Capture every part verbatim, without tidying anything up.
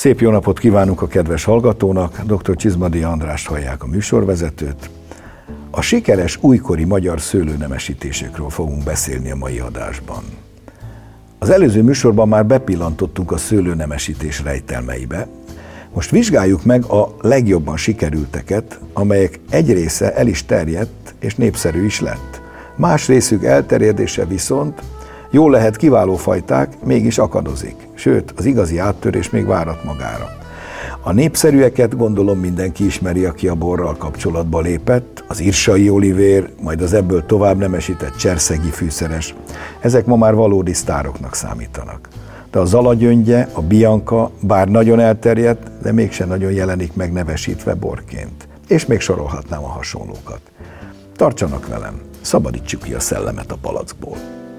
Szép jó napot kívánunk a kedves hallgatónak, dr. Csizmadia Andrást hallják, a műsorvezetőt. A sikeres újkori magyar szőlőnemesítésekről fogunk beszélni a mai adásban. Az előző műsorban már bepillantottunk a szőlőnemesítés rejtelmeibe. Most vizsgáljuk meg a legjobban sikerülteket, amelyek egy része el is terjedt és népszerű is lett. Más részük elterjedése viszont jól lehet kiváló fajták, mégis akadozik. Sőt, az igazi áttörés még várat magára. A népszerűeket gondolom mindenki ismeri, aki a borral kapcsolatba lépett, az irsai olivér, majd az ebből tovább nemesített cserszegi fűszeres. Ezek ma már valódi sztároknak számítanak. De a zalagyöngye, a bianca bár nagyon elterjedt, de mégsem nagyon jelenik meg nevesítve borként. És még sorolhatnám a hasonlókat. Tartsanak velem, szabadítsuk ki a szellemet a palackból.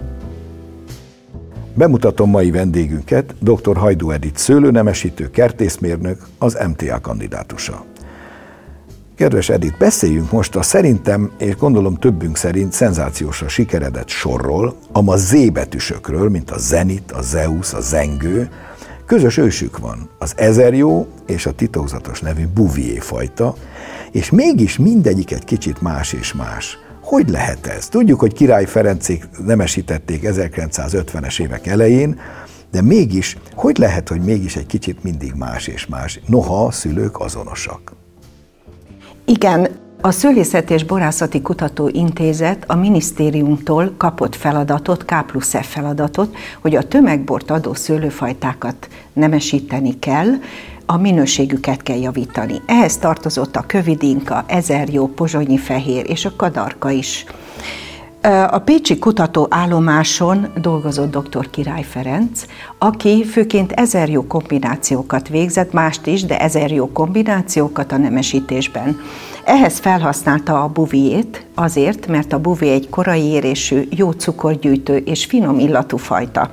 Bemutatom mai vendégünket, dr. Hajdú Edit szőlőnemesítő, kertészmérnök, az em té á kandidátusa. Kedves Edit, beszéljünk most a szerintem, és gondolom többünk szerint szenzációsra sikeredett sorról, ama Z betűsökről, mint a Zenit, a Zeus, a Zengő. Közös ősük van, az ezerjó és a titokzatos nevű Bouvier fajta, és mégis mindegyik egy kicsit más és más. Hogy lehet ez? Tudjuk, hogy Király Ferencék nemesítették ezerkilencszázötvenes évek elején, de mégis, hogy lehet, hogy mégis egy kicsit mindig más és más, noha a szülők azonosak? Igen, a Szőlészet és Borászati Kutatóintézet a minisztériumtól kapott feladatot, K plusz F feladatot, hogy a tömegbort adó szőlőfajtákat nemesíteni kell, a minőségüket kell javítani. Ehhez tartozott a kövidinka, ezerjó, pozsonyi fehér és a kadarka is. A pécsi kutatóállomáson dolgozott dr. Király Ferenc, aki főként ezerjó kombinációkat végzett, mást is, de ezerjó kombinációkat a nemesítésben. Ehhez felhasználta a Bouviert azért, mert a Bouvier egy korai érésű, jó cukorgyűjtő és finom illatú fajta.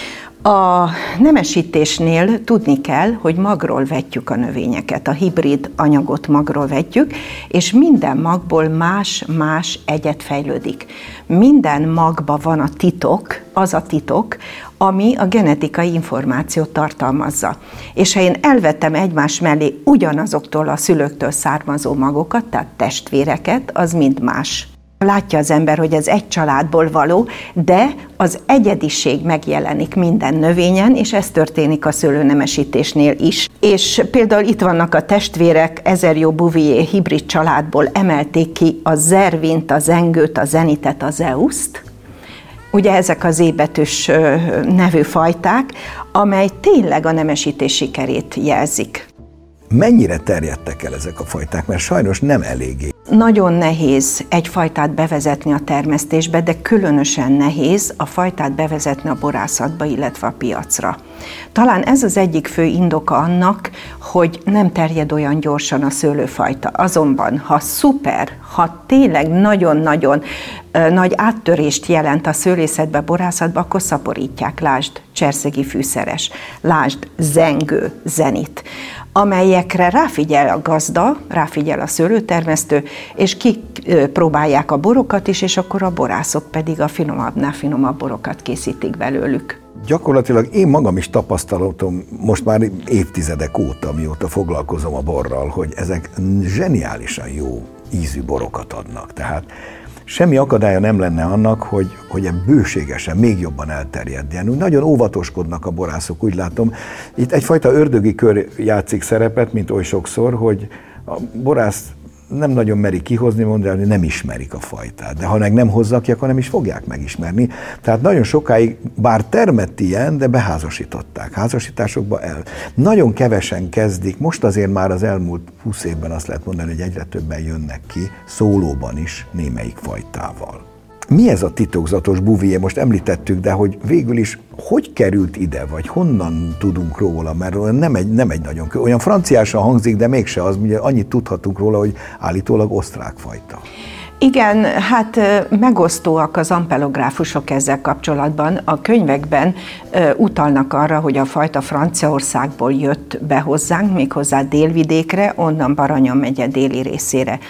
A nemesítésnél tudni kell, hogy magról vetjük a növényeket, a hibrid anyagot magról vetjük, és minden magból más-más egyet fejlődik. Minden magban van a titok, az a titok, ami a genetikai információt tartalmazza. És ha én elvettem egymás mellé ugyanazoktól a szülőktől származó magokat, tehát testvéreket, az mind más. Látja az ember, hogy ez egy családból való, de az egyediség megjelenik minden növényen, és ez történik a szőlőnemesítésnél is. És például itt vannak a testvérek, ezerjó Bouvier hibrid családból emelték ki a Zervint, a Zengőt, a Zenitet, a Zeuszt. Ugye ezek az Z betűs nevű fajták, amely tényleg a nemesítés sikerét jelzik. Mennyire terjedtek el ezek a fajták, mert sajnos nem eléggé. Nagyon nehéz egy fajtát bevezetni a termesztésbe, de különösen nehéz a fajtát bevezetni a borászatba, illetve a piacra. Talán ez az egyik fő indoka annak, hogy nem terjed olyan gyorsan a szőlőfajta. Azonban, ha szuper, ha tényleg nagyon-nagyon ö, nagy áttörést jelent a szőlészetbe, borászatba, akkor szaporítják. Lásd, cserszegi fűszeres, lásd, zengő, zenit, amelyekre ráfigyel a gazda, ráfigyel a szőlőtermesztő, és kipróbálják a borokat is, és akkor a borászok pedig a finomabbnál finomabb borokat készítik belőlük. Gyakorlatilag én magam is tapasztalatom most már évtizedek óta, mióta foglalkozom a borral, hogy ezek zseniálisan jó ízű borokat adnak. Tehát semmi akadálya nem lenne annak, hogy, hogy bőségesen, még jobban elterjedjen. Úgy nagyon óvatoskodnak a borászok, úgy látom. Itt egyfajta ördögi kör játszik szerepet, mint oly sokszor, hogy a borász nem nagyon merik kihozni, mondani, hogy nem ismerik a fajtát. De ha meg nem hozzak ki, akkor nem is fogják megismerni. Tehát nagyon sokáig, bár termett ilyen, de beházasították. Házasításokba el. Nagyon kevesen kezdik, most azért már az elmúlt húsz évben azt lehet mondani, hogy egyre többen jönnek ki, szólóban is, némelyik fajtával. Mi ez a titokzatos Bouvier? Most említettük, de hogy végül is hogy került ide, vagy honnan tudunk róla, mert nem egy, nem egy nagyon kö... olyan franciásan hangzik, de mégse az, ugye annyit tudhatunk róla, hogy állítólag osztrák fajta. Igen, hát megosztóak az ampelográfusok ezzel kapcsolatban. A könyvekben utalnak arra, hogy a fajta Franciaországból jött be hozzánk, méghozzá délvidékre, onnan Baranya megye déli részére.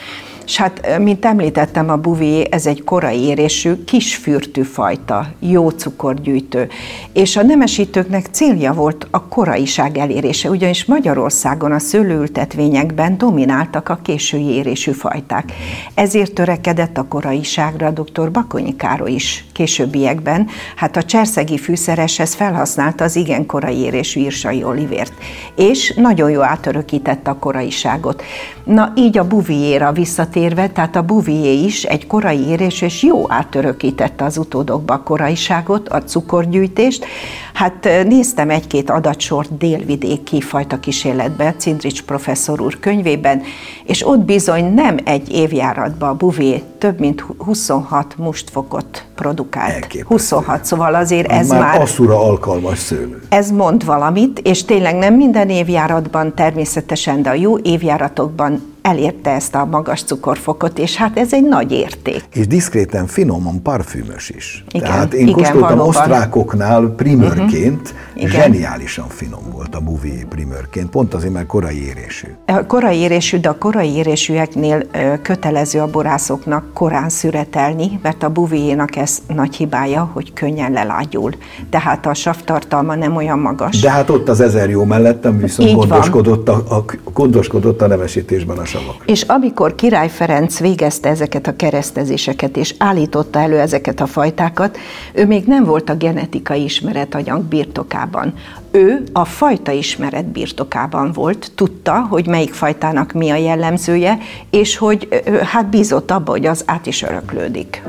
És hát, mint említettem, a Bouvier, ez egy korai érésű, kisfürtű fajta, jó cukorgyűjtő, és a nemesítőknek célja volt a koraiság elérése, ugyanis Magyarországon a szőlőültetvényekben domináltak a késői érésű fajták. Ezért törekedett a koraiságra dr. Bakonyi Károly is későbbiekben, hát a cserszegi fűszereshez felhasználta az igen korai érésű írsai olivért, és nagyon jó átörökítette a koraiságot. Na így a Bouvierra visszatérve, tehát a Bouvier is egy korai érésű, és jó átörökítette az utódokba a koraiságot, a cukorgyűjtést. Hát néztem egy-két adatsort délvidéki fajta kísérletbe, Cindrics professzor úr könyvében, és ott bizony nem egy évjáratban a Bouvier több mint huszonhat mustfokot produkált. Elképesztő. huszonhat, szóval azért ez már... már... asszúra alkalmas szőlő. Ez mond valamit, és tényleg nem minden évjáratban természetesen, de a jó évjáratokban elérte ezt a magas cukorfokot, és hát ez egy nagy érték. És diszkréten finoman parfümös is. Igen, Tehát én igen, kóstoltam valóban. Osztrákoknál primőrként, uh-huh. zseniálisan finom volt a Bouvier primőrként, pont azért, mert korai érésű. A korai érésű, de a korai érésűeknél kötelező a borászoknak korán szüretelni, mert a Bouviernak ez nagy hibája, hogy könnyen lelágyul. Tehát a savtartalma nem olyan magas. De hát ott az ezer jó mellettem viszont Így gondoskodott a, a, gondoskodott a nevesítésben a savak. És amikor Király Ferenc végezte ezeket a keresztezéseket, és állította elő ezeket a fajtákat, ő még nem volt a genetikai ismeretanyag birtokában. Ő a fajta ismeret birtokában volt, tudta, hogy melyik fajtának mi a jellemzője, és hogy hát bízott abba, hogy az át is öröklődik.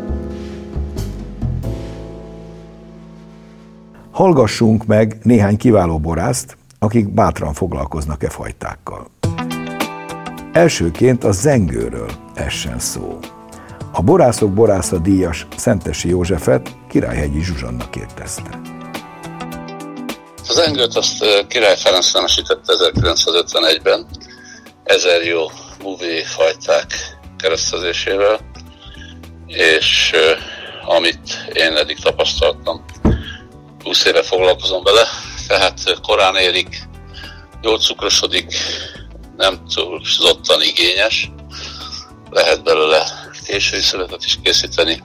Hallgassunk meg néhány kiváló borászt, akik bátran foglalkoznak e fajtákkal. Elsőként a zengőről essen szó. A borászok borásza díjas Szentesi Józsefet Királyhegyi Zsuzsanna kérdezte. Az zengőt azt Király Ferenc nemesítette ezerkilencszázötvenegyben ezer jó Bouvier fajták keresztezésével, és amit én eddig tapasztaltam, húsz éve foglalkozom vele, tehát korán érik, jól cukrosodik, nem túlzottan igényes, lehet belőle késői születet is készíteni,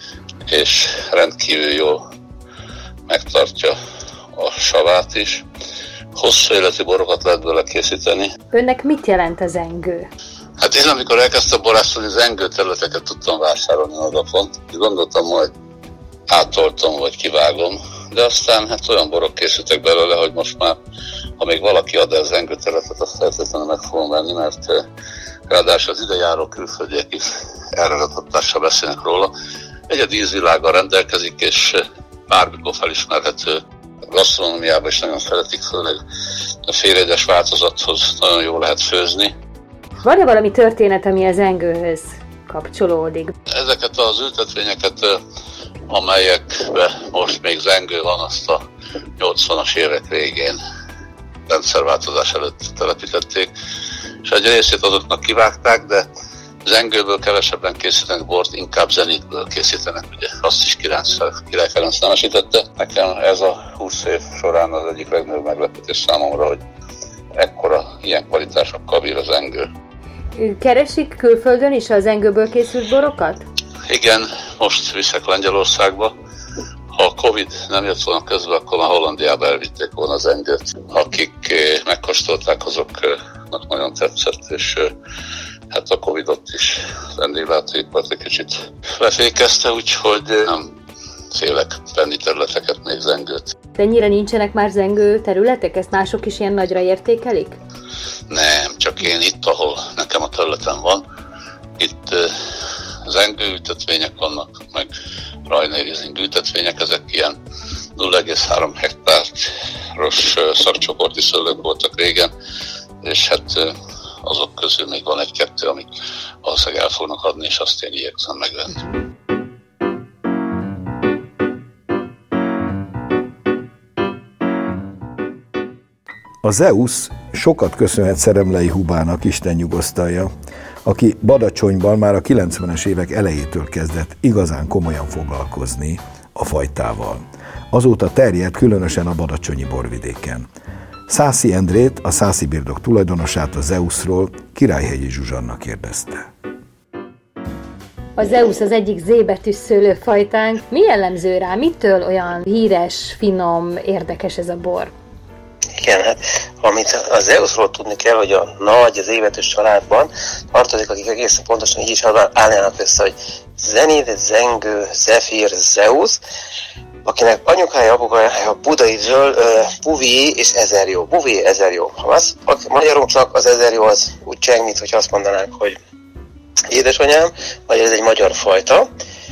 és rendkívül jól megtartja a savát is. Hosszú életű borokat lehet belőle készíteni. Önnek mit jelent a zengő? Hát én amikor elkezdtem borászolni, zengő területeket tudtam vásárolni Nadapon. Gondoltam, hogy átoltom vagy kivágom, de aztán hát olyan borok készültek belőle, hogy most már, ha még valaki ad el zengő területet, azt feltétlenül meg fogom venni, mert ráadásul az idejáró külföldiek is elragadtatással beszélnek róla. Egyedi ízvilággal rendelkezik, és bármikor felismerhető. A gasztronómiában is nagyon szeretik, főleg a félédes változathoz nagyon jól lehet főzni. Van-e valami történet, ami a zengőhöz kapcsolódik? Ezeket az ültetvényeket, amelyekben most még zengő van, azt a nyolcvanas évek végén rendszerváltozás előtt telepítették, és egy részét azoknak kivágták, de zengőből kevesebben készítenek bort, inkább zenitből készítenek, ugye azt is Király Ferenc nemesítette. Nekem ez a húsz év során az egyik legnagyobb meglepetés számomra, hogy ekkora ilyen kvalitásokkal bír a zengő. Keresik külföldön is a zengőből készült borokat? Igen, most viszek Lengyelországba. Ha a Covid nem jött volna közben, akkor a Hollandiába elvitték volna a zengőt. Akik megkóstolták, azoknak nagyon tetszett, és hát a Covidot is vendéglátóipart egy kicsit lefékezte, úgyhogy nem félek venni területeket, még zengőt. De ennyire nincsenek már zengő területek? Ezt mások is ilyen nagyra értékelik? Nem, csak én itt, ahol nekem a területem van. Itt uh, zengőültetvények vannak, meg rajnérizing ültetvények, ezek ilyen nulla egész három hektáros uh, szakcsoporti szőlők voltak régen, és hát uh, azok közül még van egy-kettő, amik valószínűleg el fognak adni, és azt én igyekszem megvenni. A Zeusz sokat köszönhet Szeremlei Hubának, Isten nyugosztalja, aki Badacsonyban már a kilencvenes évek elejétől kezdett igazán komolyan foglalkozni a fajtával. Azóta terjedt különösen a badacsonyi borvidéken. Szászi Endrét, a Szászi Birdok tulajdonosát a Zeuszról Királyhegyi Zsuzsanna kérdezte. A Zeus az egyik Z-betűs szőlőfajtánk. Mi jellemző rá? Mitől olyan híres, finom, érdekes ez a bor? Igen, hát amit a Zeusról tudni kell, hogy a nagy, az Z-betűs családban tartozik, akik egészen pontosan így is állnának össze, hogy Zenid, Zengő, Zefir, Zeus, akinek anyukája, apukája a budai zöld, uh, Puvi és Ezerjó. Puvi, Ezerjó. Ha az, magyarul csak az Ezerjó az úgy cseng, mint hogy azt mondanánk, hogy édesanyám, vagy ez egy magyar fajta,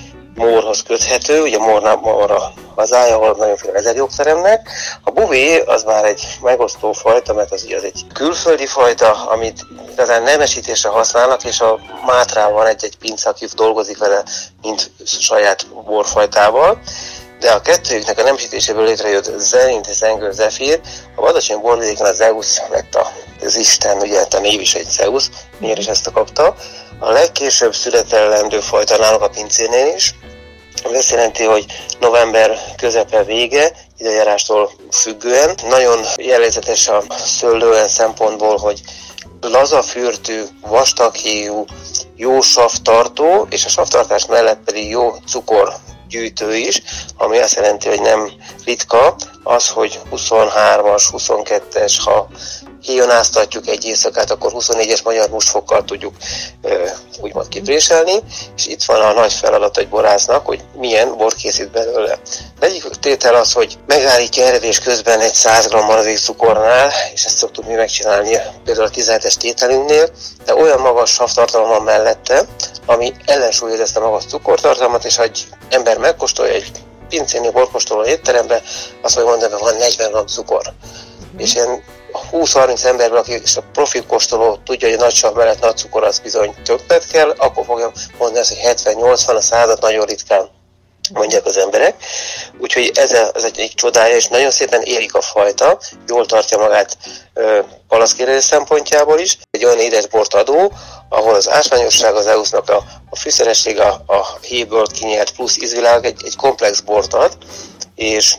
Mórhoz köthető, ugye Mór, Mór a hazája, ahol nagyonféle ezerjók teremnek. A buvé az már egy megosztó fajta, mert az, az egy külföldi fajta, amit igazán nemesítésre használnak, és a Mátrában egy-egy pince, aki dolgozik vele, mint saját borfajtával. De a kettőjüknek a nemesítéséből létrejött Zenid, Zengő, Zefir, a badacsony borvidéken a Zeus lett az Isten, ugye a név is egy Zeus, miért is ezt kapta. A legkésőbb születellendő fajta nálunk a pincénél is, ami azt jelenti, hogy november közepe vége, időjárástól függően. Nagyon jellegzetes a szőlő olyan szempontból, hogy lazafürtű, vastaghéjú, jó savtartó, és a savtartás mellett pedig jó cukorgyűjtő is, ami azt jelenti, hogy nem ritka az, hogy huszonhármas, huszonkettes, ha híjonáztatjuk egy éjszakát, akkor huszonnégyes magyar húsfokkal tudjuk ö, úgymond kipréselni, és itt van a nagy feladat egy borásznak, hogy milyen bor készít belőle. Az egyik tétel az, hogy megállítja eredés közben egy száz gramm maradék cukornál, és ezt szoktuk mi megcsinálni például a tizenhetes tételünknél, de olyan magas savtartalom van mellette, ami ellensúlyoz ezt a magas cukortartalmat, és ha egy ember megkóstolja egy pincénél borkóstoló étterembe, azt mondja, mondani, hogy van negyven gramm cukor. Mm. És ilyen húsz-harminc emberből, aki a profi kóstoló tudja, hogy a nagy sav mellett nagy cukor az bizony többet kell, akkor fogja mondani azt, hogy hetven-nyolcvan, a százat nagyon ritkán mondják az emberek. Úgyhogy ez, a, ez egy, egy csodája, és nagyon szépen érik a fajta, jól tartja magát palaszkérés szempontjából is. Egy olyan édes bort adó, ahol az ásványosság, az Zeusnak a, a fűszeresség, a, a héből kinyert plusz ízvilág egy, egy komplex bort ad, és,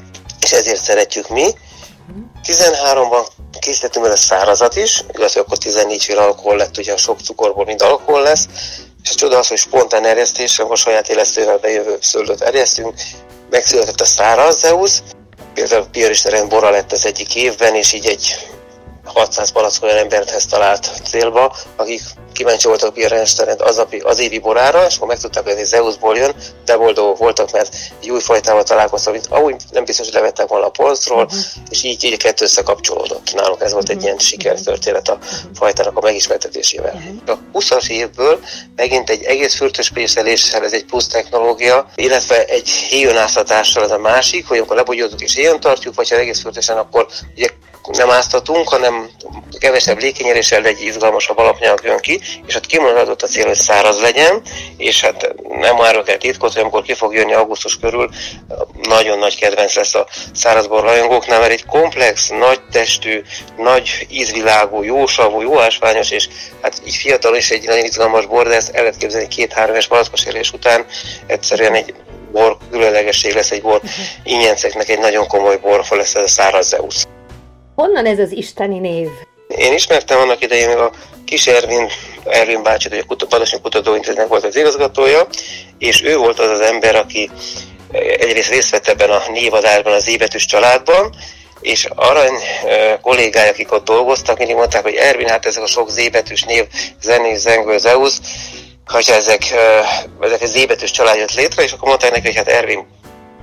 és ezért szeretjük mi. tizenháromban készítettünk el a szárazat is, igaz, hogy akkor tizennégyféle alkohol lett, ugye a sok cukorból mind alkohol lesz, és a csoda az, hogy spontán erjesztésre, a saját élesztővel bejövő szőlőt erjesztünk, megszületett a száraz Zeus, például Piaristen bora lett az egyik évben, és így egy hatszáz palack olyan emberhez talált célba, akik kíváncsi voltak a Piaristen az, az évi borára, és akkor megtudták, hogy ez Zeusból jön, de boldogok voltak, mert egy új fajtával találkoztak, amit ahogy nem biztos, hogy levettek volna a polcról, uh-huh. és így, így a kettő összekapcsolódott. Nálunk ez volt egy uh-huh. ilyen sikertörténet a fajtának a megismertetésével. Uh-huh. A huszas évből megint egy egész fürtös prészeléssel, ez egy plusz technológia, illetve egy héjonáztatással az a másik, hogy amikor lebogyózzuk és héjon tartjuk, vagy ha egész fürtösen, akkor ugye nem áztatunk, hanem kevesebb lékenyeréssel egy izgalmasabb alapanyag jön ki, és hát kimondhatott a cél, hogy száraz legyen, és hát nem árul el titkot, hogy amikor ki fog jönni augusztus körül, nagyon nagy kedvenc lesz a szárazbor rajongóknál, mert egy komplex, nagy testű, nagy ízvilágú, jó savú, jó ásványos, és hát így fiatal és egy nagyon izgalmas bor, de ezt el lehet képzelni két-három éves palackos élés után, egyszerűen egy bor különlegesség lesz, egy bor ingyenceknek egy nagyon komoly borfa lesz ez a száraz Zeus. Honnan ez az isteni név? Én ismertem annak idején még a kis Ervin, Ervin bácsit, hogy a Badacsony Kutatóintézetnek volt az igazgatója, és ő volt az az ember, aki egyrészt részt vett ebben a névadásban az Z-betűs családban, és arany kollégái, akik ott dolgoztak, mindig mondták, hogy Ervin, hát ezek a sok Z-betűs név, Zenid, Zengő, Zeus, hogyha ezek, ezek a Z-betűs család jött létre, és akkor mondták neki, hogy hát Ervin,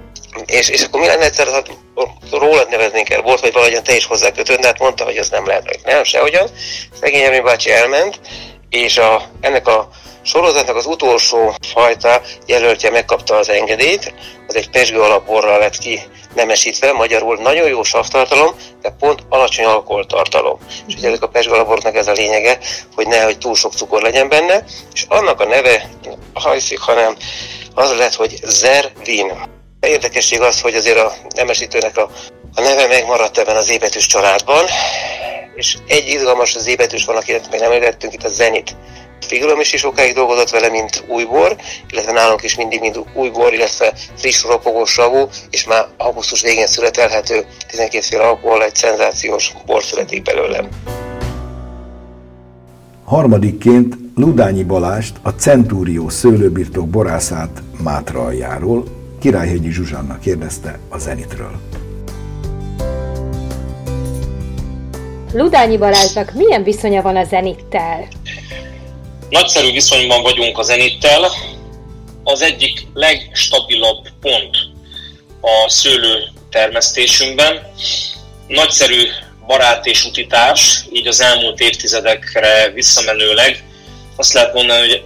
És, és akkor mi lenne egyszer, ha rólad neveznénk el, volt, vagy valahogyan te is hozzá kötöd, de hát mondta, hogy az nem lehet meg. Nem, sehogyan. Szegény Ervin bácsi elment, és a, ennek a sorozatnak az utolsó fajta jelöltje megkapta az engedélyt, az egy pezsgő alapborral lett ki nemesítve, magyarul nagyon jó savtartalom, de pont alacsony alkoholtartalom. És ugye ezek a pezsgő alapboroknak ez a lényege, hogy nehogy túl sok cukor legyen benne, és annak a neve, ha hiszik, hanem az lett, hogy Zervin. Érdekesség az, hogy azért a nemesítőnek a, a neve megmaradt ebben az Z-betűs családban, és egy izgalmas Z-betűs van, akit még nem említettünk, itt a Zenid. Figulom is is sokáig dolgozott vele, mint újbor, illetve nálunk is mindig mind újbor, illetve friss, ropogós savú, és már augusztus végén születelhető tizenkétféle alkohol, egy szenzációs bor születik belőlem. Harmadikként Ludányi Balást, a Centúrió szőlőbirtok borászát Mátraaljáról, Királyhegyi Zsuzsanna kérdezte a Zenitről. Ludányi Balázsnak milyen viszonya van a Zenittel? Nagyszerű viszonyban vagyunk a Zenittel. Az egyik legstabilabb pont a szőlőtermesztésünkben. Nagyszerű barát és utitárs, így az elmúlt évtizedekre visszamenőleg. Azt lehet mondani, hogy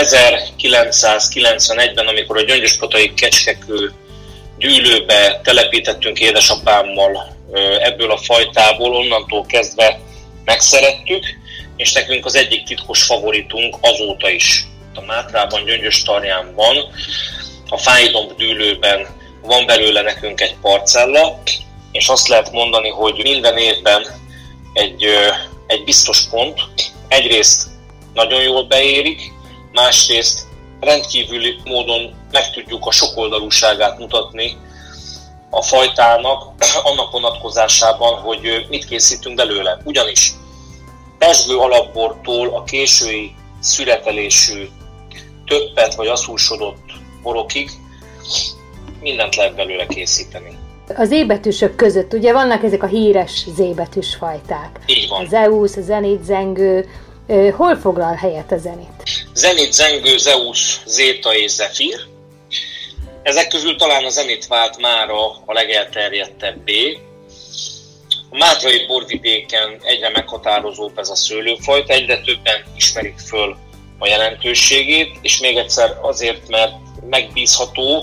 ezerkilencszázkilencvenegyben, amikor a Gyöngyöspotai Kecskekő dűlőbe telepítettünk édesapámmal ebből a fajtából, onnantól kezdve megszerettük, és nekünk az egyik titkos favoritunk azóta is. A Mátrában, Gyöngyöstarjánban, a Fájdonb dűlőben van belőle nekünk egy parcella, és azt lehet mondani, hogy minden évben egy, egy biztos pont. Egyrészt nagyon jól beérik, másrészt rendkívüli módon meg tudjuk a sokoldalúságát mutatni a fajtának, annak vonatkozásában, hogy mit készítünk belőle. Ugyanis pezsgő alapbortól a késői szüretelésű töppet vagy asszúsodott borokig mindent lehet belőle készíteni. A zébetűsök között ugye vannak ezek a híres zébetűs fajták. Így van. A Zeusz, a Zenit, Zengő. Hol foglal helyet a Zenit? Zenit, Zengő, Zeusz, Zéta és Zefír. Ezek közül talán a Zenit vált mára a legelterjedtebbé. A mátrai borvidéken egyre meghatározóbb ez a szőlőfajta, egyre többen ismerik föl a jelentőségét, és még egyszer azért, mert megbízható,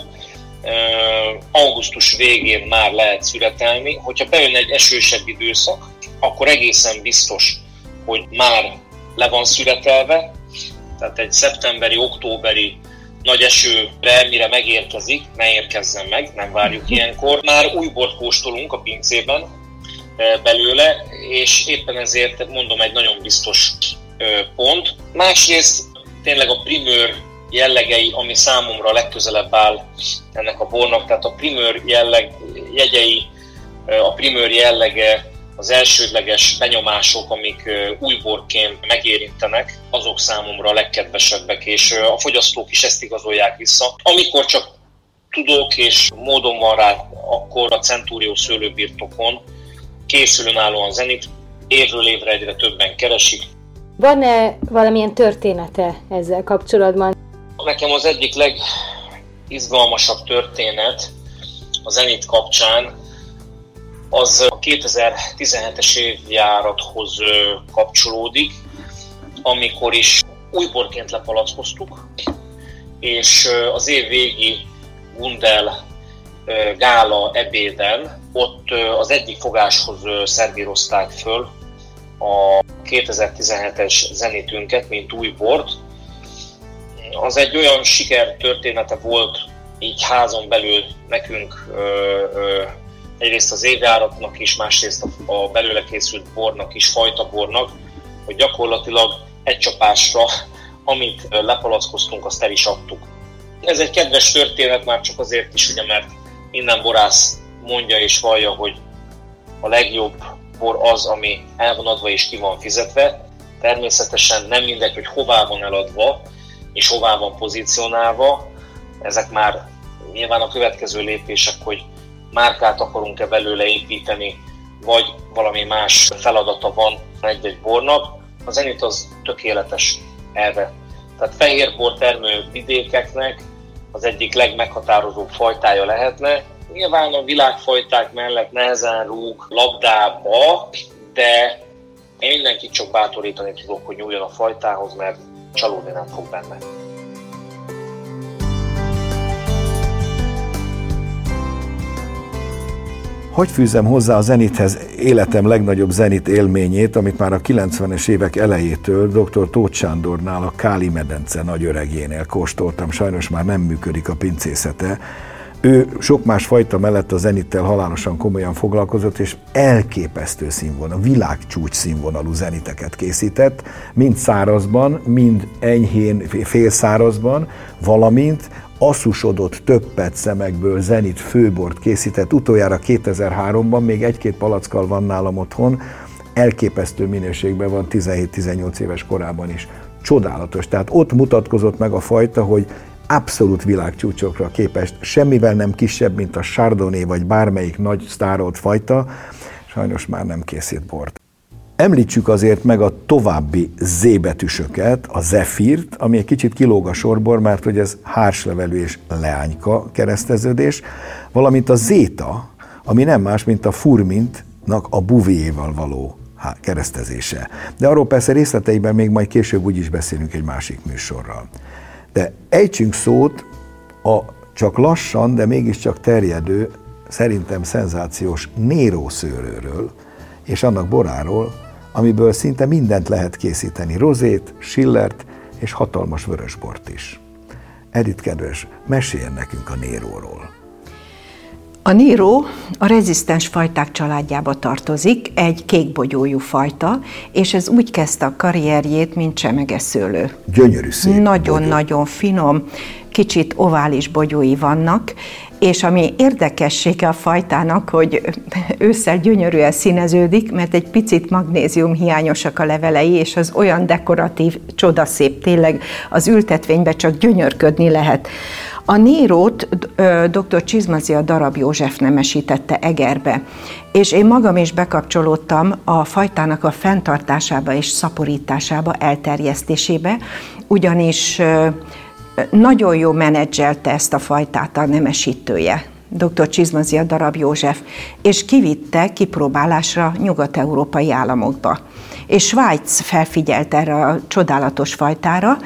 augusztus végén már lehet szüretelni. Hogyha bejön egy esősebb időszak, akkor egészen biztos, hogy már le van szüretelve, tehát egy szeptemberi, októberi nagy esőre, mire megérkezik, ne érkezzen meg, nem várjuk ilyenkor. Már új bort kóstolunk a pincében belőle, és éppen ezért mondom, egy nagyon biztos pont. Másrészt tényleg a primőr jellegei, ami számomra legközelebb áll ennek a bornak, tehát a primőr jelleg, jegyei, a primőr jellege, az elsődleges benyomások, amik újborként megérintenek, azok számomra a legkedvesebbek, és a fogyasztók is ezt igazolják vissza. Amikor csak tudok és módon van rá, akkor a Centúrió szőlőbirtokon készül önállóan Zenit, évről évre egyre többen keresik. Van-e valamilyen története ezzel kapcsolatban? Nekem az egyik legizgalmasabb történet a Zenit kapcsán az a kétezer-tizenhetes évjárathoz kapcsolódik, amikor is újborként lepalackoztuk, és az év végi Gundel gála ebéden ott az egyik fogáshoz szervírozták föl a kétezer-tizenhetes Zenitünket, mint új bort. Az egy olyan sikertörténete volt így házon belül nekünk, egyrészt az évjáratnak is, másrészt a belőle készült bornak is, fajtabornak, hogy gyakorlatilag egy csapásra, amit lepalackoztunk, azt el is adtuk. Ez egy kedves történet már csak azért is, ugye, mert minden borász mondja és vallja, hogy a legjobb bor az, ami el van adva és ki van fizetve. Természetesen nem mindegy, hogy hová van eladva és hová van pozícionálva. Ezek már nyilván a következő lépések, hogy márkát akarunk-e belőle építeni, vagy valami más feladata van egy-egy bornak. A Zenit az tökéletes erre. Tehát fehérbor termő vidékeknek az egyik legmeghatározóbb fajtája lehetne. Nyilván a világfajták mellett nehezen rúg labdába, de én mindenkit csak bátorítani tudok, hogy nyúljon a fajtához, mert csalódni nem fog benne. Hogy fűzzem hozzá a Zenithez életem legnagyobb Zenit élményét, amit már a kilencvenes évek elejétől dr. Tóth Sándornál, a Káli medence nagyöregjénél kóstoltam, sajnos már nem működik a pincészete. Ő sok más fajta mellett a Zenittel halálosan komolyan foglalkozott, és elképesztő színvonal, világcsúcs színvonalú zeniteket készített, mind szárazban, mind enyhén félszárazban, valamint asszusodott többet szemekből Zenit főbort készített, utoljára kétezer-háromban, még egy-két palackkal van nálam otthon, elképesztő minőségben van tizenhét-tizennyolc éves korában is. csodálatos. Tehát ott mutatkozott meg a fajta, hogy abszolút világcsúcsokra képest, semmivel nem kisebb, mint a Chardonnay vagy bármelyik nagy sztárolt fajta, sajnos már nem készít bort. Említsük azért meg a további Z-betűsöket, a Zephyrt, ami egy kicsit kilóg a sorból, mert hogy ez hárslevelű és leányka kereszteződés, valamint a Zéta, ami nem más, mint a Furmintnak a Bouvier-val való keresztezése. De arról persze részleteiben még majd később úgyis beszélünk egy másik műsorral. De ejtsünk szót a csak lassan, de mégiscsak terjedő, szerintem szenzációs Nero szőlőről, és annak boráról, amiből szinte mindent lehet készíteni, rozét, schillert és hatalmas vörösbort is. Edith kedves, meséljen nekünk a Neróról. A Nero a rezisztens fajták családjába tartozik, egy kékbogyójú fajta, és ez úgy kezdte a karrierjét, mint csemegeszőlő. Gyönyörű szép. Nagyon-nagyon finom, kicsit ovális bogyói vannak, és ami érdekessége a fajtának, hogy ősszel gyönyörűen színeződik, mert egy picit magnézium hiányosak a levelei, és az olyan dekoratív, csodaszép, tényleg az ültetvénybe csak gyönyörködni lehet. A Nérót dr. Csizmadia Darab József nemesítette Egerbe, és én magam is bekapcsolódtam a fajtának a fenntartásába és szaporításába, elterjesztésébe, ugyanis nagyon jó menedzselte ezt a fajtát a nemesítője, dr. Csizmadia Darab József, és kivitte kipróbálásra nyugat-európai államokba. És Svájc felfigyelt erre a csodálatos fajtára,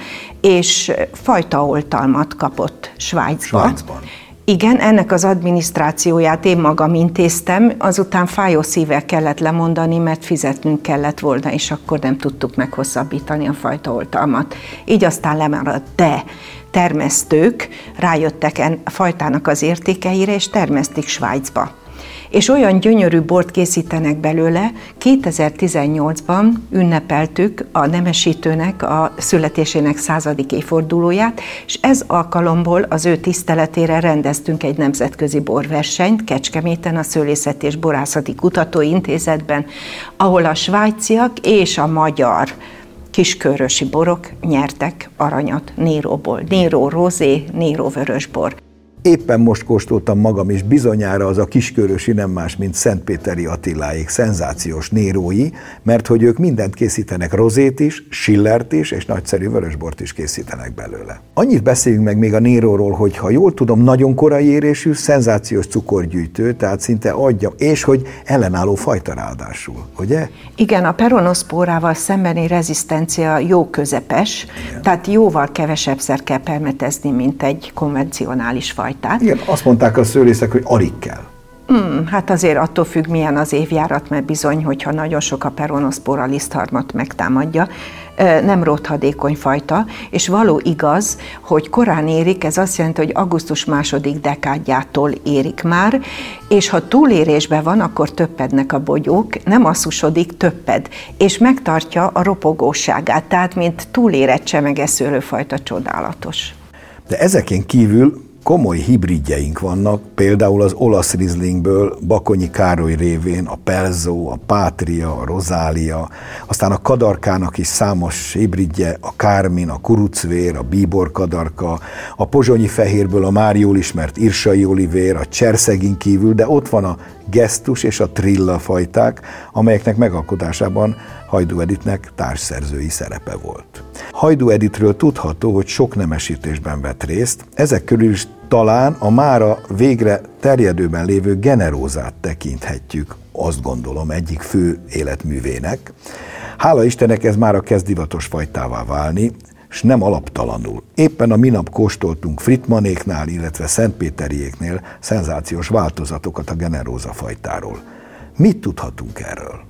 és fajtaoltalmat kapott Svájcba. Svájcban. Igen, ennek az adminisztrációját én magam intéztem, azután fájó szívvel kellett lemondani, mert fizetnünk kellett volna, és akkor nem tudtuk meghosszabbítani a fajtaoltalmat. Így aztán lemaradt, de termesztők rájöttek a fajtának az értékeire, és termesztik Svájcba. És olyan gyönyörű bort készítenek belőle, kétezer-tizennyolcban ünnepeltük a nemesítőnek a születésének századik évfordulóját, és ez alkalomból az ő tiszteletére rendeztünk egy nemzetközi borversenyt Kecskeméten, a Szőlészeti és Borászati Kutatóintézetben, ahol a svájciak és a magyar kiskörösi borok nyertek aranyat Néróból. Néró rozé, Néró vörösbor. Éppen most kóstoltam magam is, bizonyára az a kiskörösi nem más, mint Szentpéteri Attiláék szenzációs nérói, mert hogy ők mindent készítenek, rozét is, schillert is, és nagyszerű vörösbort is készítenek belőle. Annyit beszéljünk meg még a Néróról, hogy ha jól tudom, nagyon korai érésű, szenzációs cukorgyűjtő, tehát szinte adja, és hogy ellenálló fajta ráadásul, ugye? Igen, a peronoszpórával szembeni rezisztencia jó közepes, igen. Tehát jóval kevesebbszer kell permetezni, mint egy konvencionális fajta. Igen, azt mondták a szőlészek, hogy alig kell. Hmm, hát azért attól függ, milyen az évjárat, mert bizony, hogyha nagyon sok a peronoszpóra lisztharmat megtámadja, nem rothadékony fajta, és való igaz, hogy korán érik, ez azt jelenti, hogy augusztus második dekádjától érik már, és ha túlérésben van, akkor töppednek a bogyók, nem asszusodik, töpped, és megtartja a ropogóságát, tehát mint túlérett csemegeszőlőfajta csodálatos. De ezeken kívül komoly hibridjeink vannak, például az olasz rizlingből Bakonyi Károly révén a Pelzó, a Pátria, a Rozália, aztán a kadarkának is számos hibridje, a Kármin, a Kurucvér, a Bíbor kadarka, a pozsonyi fehérből a már jól ismert Irsai Olivér, a Cserszegin kívül, de ott van a Gesztus és a Trilla fajták, amelyeknek megalkotásában Hajdú Edithnek társszerzői szerepe volt. Hajdú Edithről tudható, hogy sok nemesítésben vett részt, ezek körül is talán a mára végre terjedőben lévő Generózát tekinthetjük, azt gondolom, egyik fő életművének. Hála Istennek ez mára kezd divatos fajtává válni, s nem alaptalanul. Éppen a minap kóstoltunk Frittmanéknál, illetve Szentpéteriéknél szenzációs változatokat a Generóza fajtáról. Mit tudhatunk erről?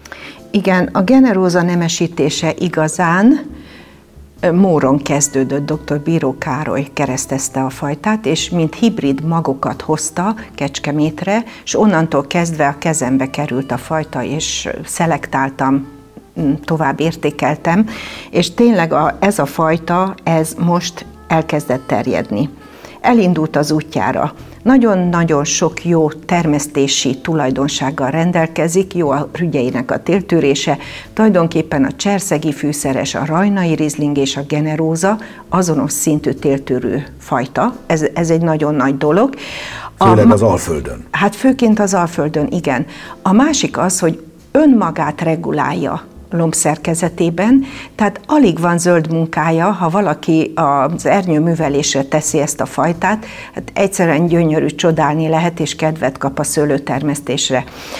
Igen, a Generóza nemesítése igazán Móron kezdődött, dr. Bíró Károly keresztezte a fajtát, és mint hibrid magokat hozta Kecskemétre, és onnantól kezdve a kezembe került a fajta, és szelektáltam, tovább értékeltem, és tényleg a, ez a fajta, ez most elkezdett terjedni. Elindult az útjára. Nagyon-nagyon sok jó termesztési tulajdonsággal rendelkezik, jó a rügyeinek a téltűrése, tulajdonképpen a cserszegi fűszeres, a rajnai rizling és a generóza azonos szintű téltűrő fajta, ez, ez egy nagyon nagy dolog. Főleg az Alföldön. Hát főként az Alföldön, igen. A másik az, hogy önmagát regulálja lombszerkezetében, tehát alig van zöld munkája, ha valaki az ernyőművelésre teszi ezt a fajtát, hát egyszerűen gyönyörű, csodálni lehet, és kedvet kap a szőlőtermesztésre.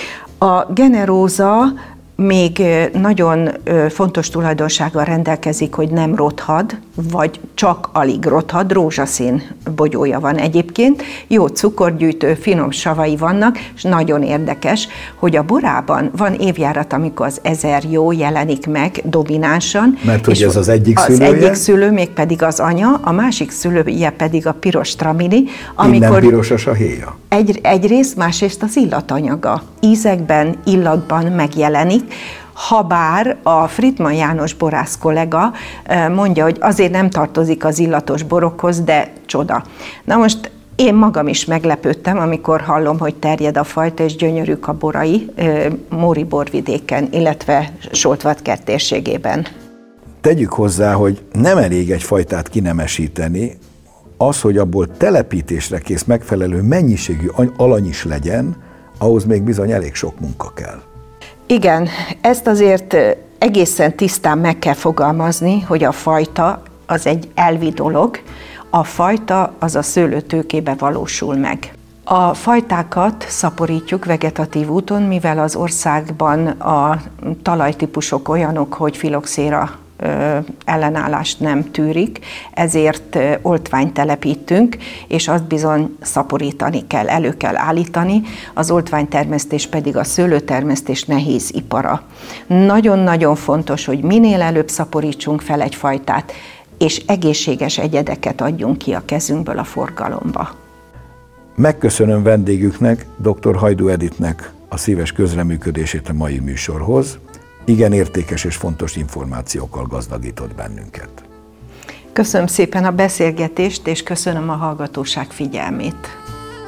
A generóza még nagyon fontos tulajdonsággal rendelkezik, hogy nem rothad, vagy csak alig rothad, rózsaszín bogyója van egyébként, jó cukorgyűjtő, finom savai vannak, és nagyon érdekes, hogy a borában van évjárat, amikor az ezer jó jelenik meg dominánsan. Mert hogy ez az egyik szülője? Az egyik szülő, még pedig az anya, a másik szülője pedig a piros tramini. Amikor innen piros a sahéja? Egy, egyrészt, másrészt az illatanyaga. Ízekben, illatban megjelenik, habár a Friedman János borász kollega mondja, hogy azért nem tartozik az illatos borokhoz, de csoda. Na most én magam is meglepődtem, amikor hallom, hogy terjed a fajta, és gyönyörűk a borai Móri borvidéken, illetve Soltvatkert térségében. Tegyük hozzá, hogy nem elég egy fajtát kinemesíteni, az, hogy abból telepítésre kész megfelelő mennyiségű alany is legyen, ahhoz még bizony elég sok munka kell. Igen, ezt azért egészen tisztán meg kell fogalmazni, hogy a fajta az egy elvi dolog, a fajta az a szőlőtőkébe valósul meg. A fajtákat szaporítjuk vegetatív úton, mivel az országban a talajtípusok olyanok, hogy filoxéra ellenállást nem tűrik, ezért oltványt telepítünk, és azt bizony szaporítani kell, elő kell állítani, az oltványtermesztés pedig a szőlőtermesztés nehéz ipara. Nagyon-nagyon fontos, hogy minél előbb szaporítsunk fel egy fajtát, és egészséges egyedeket adjunk ki a kezünkből a forgalomba. Megköszönöm vendégüknek, dr. Hajdú Editnek a szíves közreműködését a mai műsorhoz. Igen értékes és fontos információkkal gazdagított bennünket. Köszönöm szépen a beszélgetést, és köszönöm a hallgatóság figyelmét.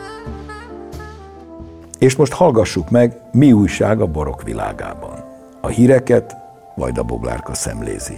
És most hallgassuk meg, mi újság a borok világában. A híreket Vajda Boglárka szemlézi.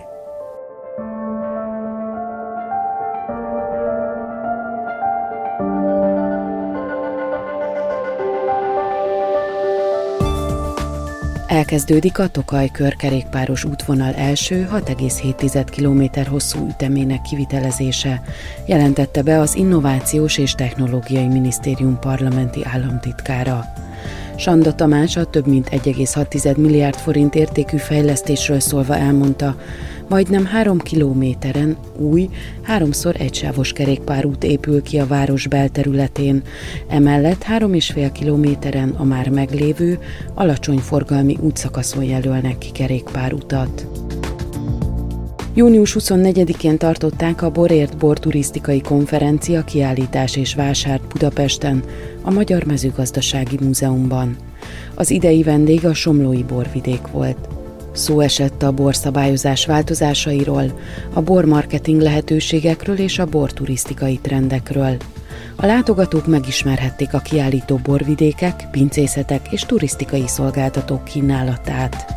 Elkezdődik a Tokaj-Kör kerékpáros útvonal első hat egész hét kilométer hosszú ütemének kivitelezése, jelentette be az Innovációs és Technológiai Minisztérium parlamenti államtitkára. Sanda Tamás a több mint egy egész hat milliárd forint értékű fejlesztésről szólva elmondta, majdnem három kilométeren új, háromszor egysávos kerékpárút épül ki a város belterületén, emellett három és fél kilométeren a már meglévő, alacsony forgalmi útszakaszon jelölnek ki kerékpárutat. június huszonnegyedikén tartották a Borért Bor turisztikai konferencia, kiállítás és vásárt Budapesten, a Magyar Mezőgazdasági Múzeumban. Az idei vendég a somlói borvidék volt. Szó esett a borszabályozás változásairól, a bormarketing lehetőségekről és a borturisztikai trendekről. A látogatók megismerhették a kiállító borvidékek, pincészetek és turisztikai szolgáltatók kínálatát.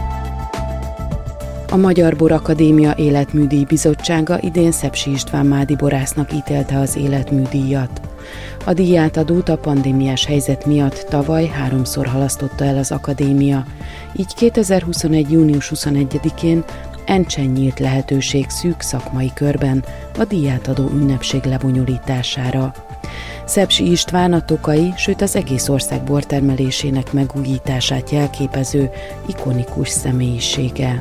A Magyar Bor Akadémia Életműdíj Bizottsága idén Szepsi István mádi borásznak ítélte az életműdíjat. A díjátadót a pandémiás helyzet miatt tavaly háromszor halasztotta el az akadémia, így kétezer-huszonegy. június huszonegyedikén Encsen nyílt lehetőség szűk szakmai körben a díjátadó ünnepség lebonyolítására. Szepsi István a tokai, sőt az egész ország bortermelésének megújítását jelképező ikonikus személyisége.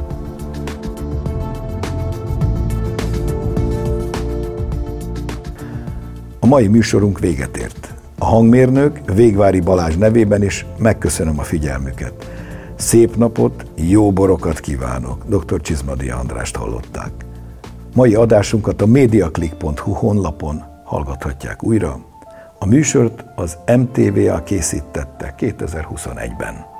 A mai műsorunk véget ért. A hangmérnök Végvári Balázs nevében is megköszönöm a figyelmüket. Szép napot, jó borokat kívánok! doktor Csizmadia Andrást hallották. Mai adásunkat a mediaclick pont hu honlapon hallgathatják újra. A műsort az em té vé á készítette kétezer-huszonegyben.